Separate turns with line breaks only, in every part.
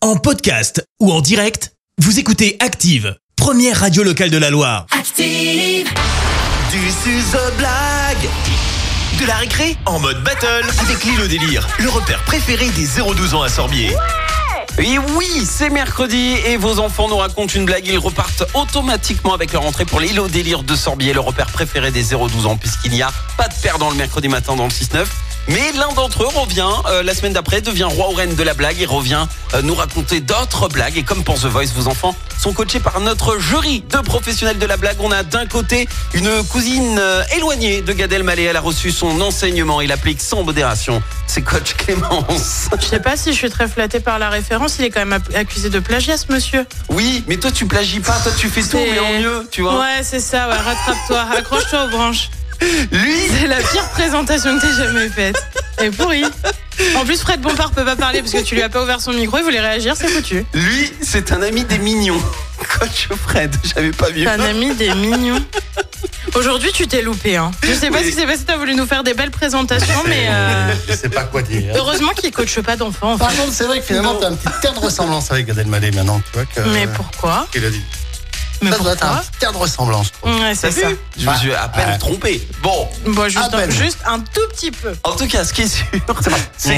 En podcast ou en direct, vous écoutez Active, première radio locale de la Loire.
Active.
Du suzo blague, de la récré en mode battle avec Lilo Délire, le repère préféré des 0-12 ans à Sorbier.
Et oui, c'est mercredi et vos enfants nous racontent une blague. Ils repartent automatiquement avec leur entrée pour l'îlot délire de Sorbier, le repère préféré des 0-12 ans, puisqu'il n'y a pas de perdant le mercredi matin dans le 6-9. Mais l'un d'entre eux revient la semaine d'après, devient roi ou reine de la blague et revient nous raconter d'autres blagues. Et comme pour The Voice, vos enfants sont coachés par notre jury de professionnels de la blague. On a d'un côté une cousine éloignée de Gad Elmaleh. Elle a reçu son enseignement, il applique sans modération. C'est coach Clémence.
Je sais pas si je suis très flattée par la référence. Il est quand même accusé de plagiat, ce monsieur.
Oui, mais toi tu plagies pas, toi tu fais tout mais en mieux, tu vois.
Ouais, c'est ça, ouais, rattrape-toi, accroche-toi aux branches.
Lui,
C'est la pire présentation que t'aies jamais faite. Elle est pourrie. En plus, Fred Bompard peut pas parler parce que tu lui as pas ouvert son micro, il voulait réagir, c'est foutu.
lui, c'est un ami des mignons. Coach Fred, j'avais pas vu.
C'est un ami des mignons. Aujourd'hui, tu t'es loupé, hein. Je sais pas
Oui.
ce qui s'est passé, t'as voulu nous faire des belles présentations, mais
Je sais pas quoi dire.
heureusement qu'il coache pas d'enfants, en
Par
fait.
contre, c'est vrai que finalement, t'as un petit terme de ressemblance avec Gad Elmaleh maintenant, tu vois que.
Mais pourquoi?
Il a dit.
Mais
Ça doit être un
pourquoi?
petit terme de ressemblance, je trouve.
Ouais, c'est
T'as
ça.
vu? Je me suis à peine
Ouais.
trompé. Bon,
Bon,
À peine.
juste un tout petit peu.
en tout cas, ce qui est sûr, c'est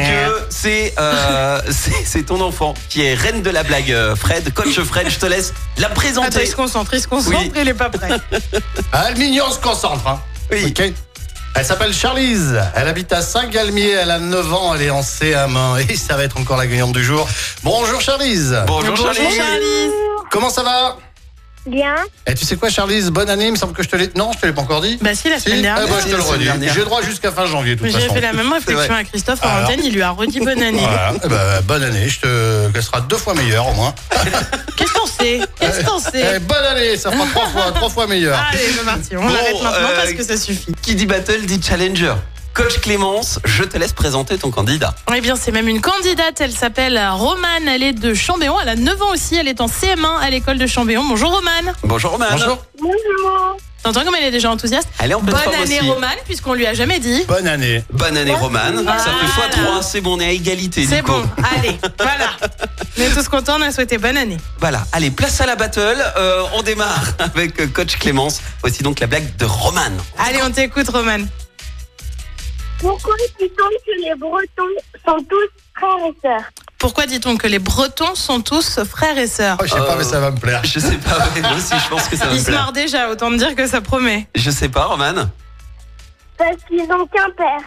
que c'est ton enfant qui est reine de la blague, Fred. Coach Fred, je te laisse la
Attends,
présenter.
il se concentre,
Oui.
il est pas prêt.
Ah, le mignon se concentre, hein.
Oui.
Ok. Elle s'appelle Charlize. Elle habite à Saint-Galmier. Elle a 9 ans. Elle est en CM1. Et ça va être encore la gagnante du jour. Bonjour, Charlize.
Bonjour Charlie.
Charlie.
Comment ça va?
Bien.
Et tu sais quoi, Charlize? Bonne année. Il me semble que je te l'ai. Non, je te l'ai pas encore dit.
Bah si, la semaine
Si
dernière.
Eh ben, je te le
La semaine
redis.
dernière.
J'ai droit jusqu'à fin janvier, de toute
J'ai
façon.
fait la même réflexion
vrai.
à Christophe en
Alors.
antenne, il lui a redit bonne année.
Voilà. Eh ben, bonne année. Elle sera 2 fois meilleure, au moins.
Qu'est-ce qu'on sait? Qu'est-ce qu'on sait?
Bonne année. Ça fera 3 fois meilleure.
Allez, c'est parti, on
Bon,
l'arrête maintenant parce que ça suffit.
Qui dit battle dit challenger. Coach Clémence, je te laisse présenter ton candidat.
Eh bien, c'est même une candidate, elle s'appelle Romane, elle est de Chambéon, elle a 9 ans aussi, elle est en CM1 à l'école de Chambéon. Bonjour Romane.
Bonjour Roman.
Bonjour.
Bonjour.
T'entends comme elle est déjà enthousiaste?
Elle est en pleine
Bonne
forme
année
aussi.
Romane, puisqu'on lui a jamais dit.
Bonne année.
Bonne année Roman. Ça fait
Voilà.
x3, c'est bon, on est à égalité.
C'est
du coup.
bon, allez, voilà. On est tous contents, on a souhaité bonne année.
Voilà, allez, place à la battle. On démarre avec Coach Clémence. Voici donc la blague de Roman.
Allez, on t'écoute Romane.
Pourquoi dit-on que les Bretons sont tous frères et sœurs?
Pourquoi dit-on que les Bretons sont tous frères et sœurs?
Oh, je sais pas, mais ça va me plaire.
Je sais pas, ouais, moi aussi je pense que ça va
Il
me
se
plaire.
marre déjà, autant te dire que ça promet.
Je sais pas, Roman.
Parce qu'ils ont qu'un père.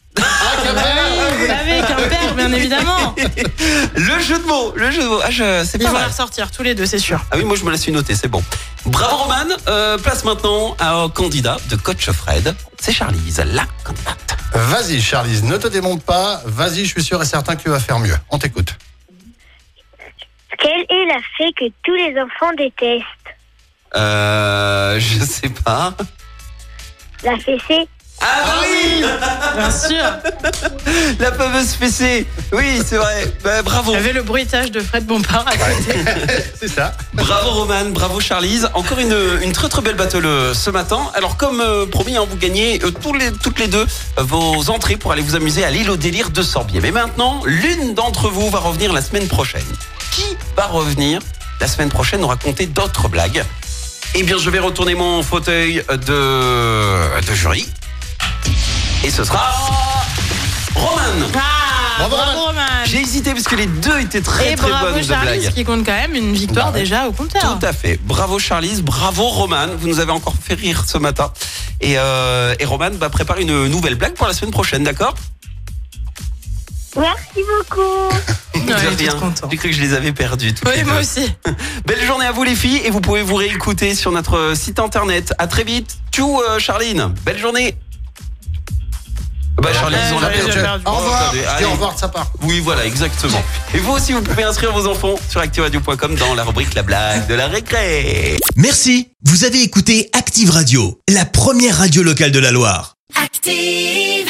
Vous l'avez, qu'un père, bien évidemment.
Le jeu de mots, le jeu de mots. Ah, c'est
Ils
pas
vont la
mal.
ressortir tous les deux, c'est sûr.
Ah oui, moi je me la suis notée, c'est bon. Bravo Roman. Place maintenant à un candidat de Coach Fred. C'est Charlize, la candidate.
Vas-y, Charlize, ne te démonte pas. Vas-y, je suis sûr et certain que tu vas faire mieux. On t'écoute.
Quelle est la fée que tous les enfants détestent?
Je sais pas.
La fessée.
Ah oui,
Bien sûr.
la fameuse fessée. Oui, c'est vrai. Bah, bravo.
J'avais le bruitage de Fred Bompard à côté.
C'est ça.
Bravo Roman, bravo Charlize. Encore une très très belle battle ce matin. Alors comme promis, hein, vous gagnez toutes les deux vos entrées pour aller vous amuser à l'île au délire de Sorbier. Mais maintenant, l'une d'entre vous va revenir la semaine prochaine. Qui va revenir la semaine prochaine nous raconter d'autres blagues? Eh bien, je vais retourner mon fauteuil de jury. Et ce sera Roman.
Ah, bravo Romane.
J'ai hésité parce que les deux étaient très
Et
très
bravo
bonnes de
Charlize
blagues.
qui compte quand même une victoire
Bah ouais.
déjà au compteur.
Tout à fait. Bravo Charlize, bravo Roman. Vous nous avez encore fait rire ce matin. Et Roman prépare une nouvelle blague pour la semaine prochaine, d'accord?
Merci beaucoup.
Ouais,
De
il est
rien.
tout content.
J'ai cru que je les avais perdus. toutes
Oui,
les
moi
deux.
aussi.
Belle journée à vous les filles et vous pouvez vous réécouter sur notre site internet. À très vite. Tchou Charline. Belle journée. Bah Charlize, on l'a
Charlize,
perdu.
j'ai perdu.
Au revoir.
Attendez,
Je dis
allez.
au revoir de sa part.
Oui, voilà, exactement. Et vous aussi, vous pouvez inscrire vos enfants sur activeradio.com dans la rubrique La blague de la récré.
Merci, vous avez écouté Active Radio, la première radio locale de la Loire.
Active.